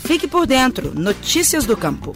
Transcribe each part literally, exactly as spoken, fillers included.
Fique por dentro. Notícias do Campo.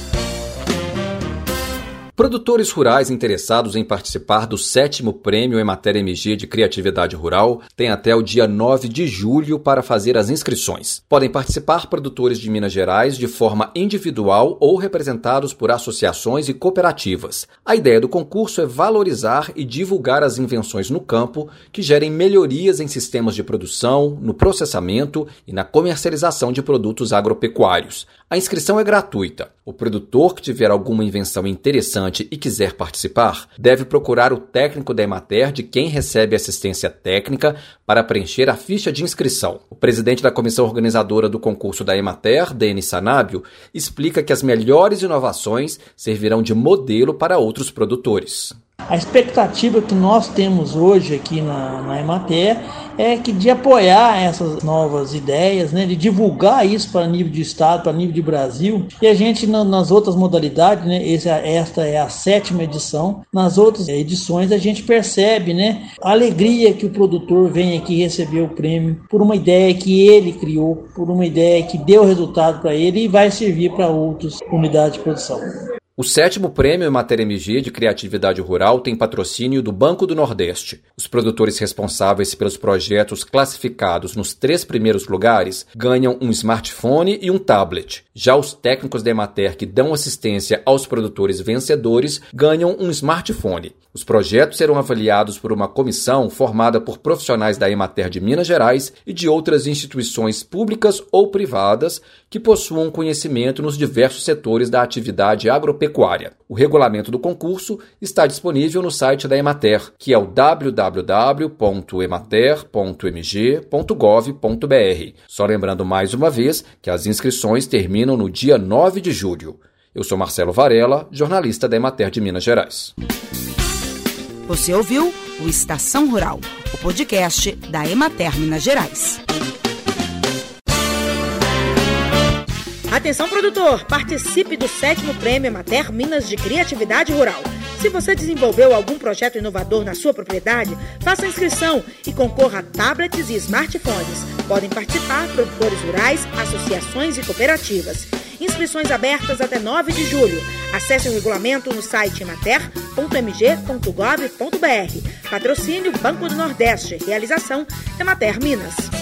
Produtores rurais interessados em participar do sétimo Prêmio Emater M G de Criatividade Rural têm até o dia nove de julho para fazer as inscrições. Podem participar produtores de Minas Gerais de forma individual ou representados por associações e cooperativas. A ideia do concurso é valorizar e divulgar as invenções no campo que gerem melhorias em sistemas de produção, no processamento e na comercialização de produtos agropecuários. A inscrição é gratuita. O produtor que tiver alguma invenção interessante e quiser participar, deve procurar o técnico da Emater de quem recebe assistência técnica para preencher a ficha de inscrição. O presidente da comissão organizadora do concurso da Emater, Denis Sanábio, explica que as melhores inovações servirão de modelo para outros produtores. A expectativa que nós temos hoje aqui na, na Emater é que de apoiar essas novas ideias, né, de divulgar isso para nível de estado, para nível de Brasil. E a gente, na, nas outras modalidades, né, esse, esta é a sétima edição, nas outras edições a gente percebe, né, a alegria que o produtor vem aqui receber o prêmio por uma ideia que ele criou, por uma ideia que deu resultado para ele e vai servir para outras unidades de produção. O sétimo Prêmio Emater M G de Criatividade Rural tem patrocínio do Banco do Nordeste. Os produtores responsáveis pelos projetos classificados nos três primeiros lugares ganham um smartphone e um tablet. Já os técnicos da Emater que dão assistência aos produtores vencedores ganham um smartphone. Os projetos serão avaliados por uma comissão formada por profissionais da Emater de Minas Gerais e de outras instituições públicas ou privadas que possuam conhecimento nos diversos setores da atividade agropecuária. O regulamento do concurso está disponível no site da Emater, que é o w w w ponto emater ponto m g ponto gov ponto b r. Só lembrando mais uma vez que as inscrições terminam no dia nove de julho. Eu sou Marcelo Varela, jornalista da Emater de Minas Gerais. Você ouviu o Estação Rural, o podcast da Emater Minas Gerais. Atenção, produtor! Participe do sétimo Prêmio Emater Minas de Criatividade Rural. Se você desenvolveu algum projeto inovador na sua propriedade, faça a inscrição e concorra a tablets e smartphones. Podem participar produtores rurais, associações e cooperativas. Inscrições abertas até nove de julho. Acesse o regulamento no site emater ponto m g ponto gov ponto b r. Patrocínio Banco do Nordeste. Realização Emater Minas.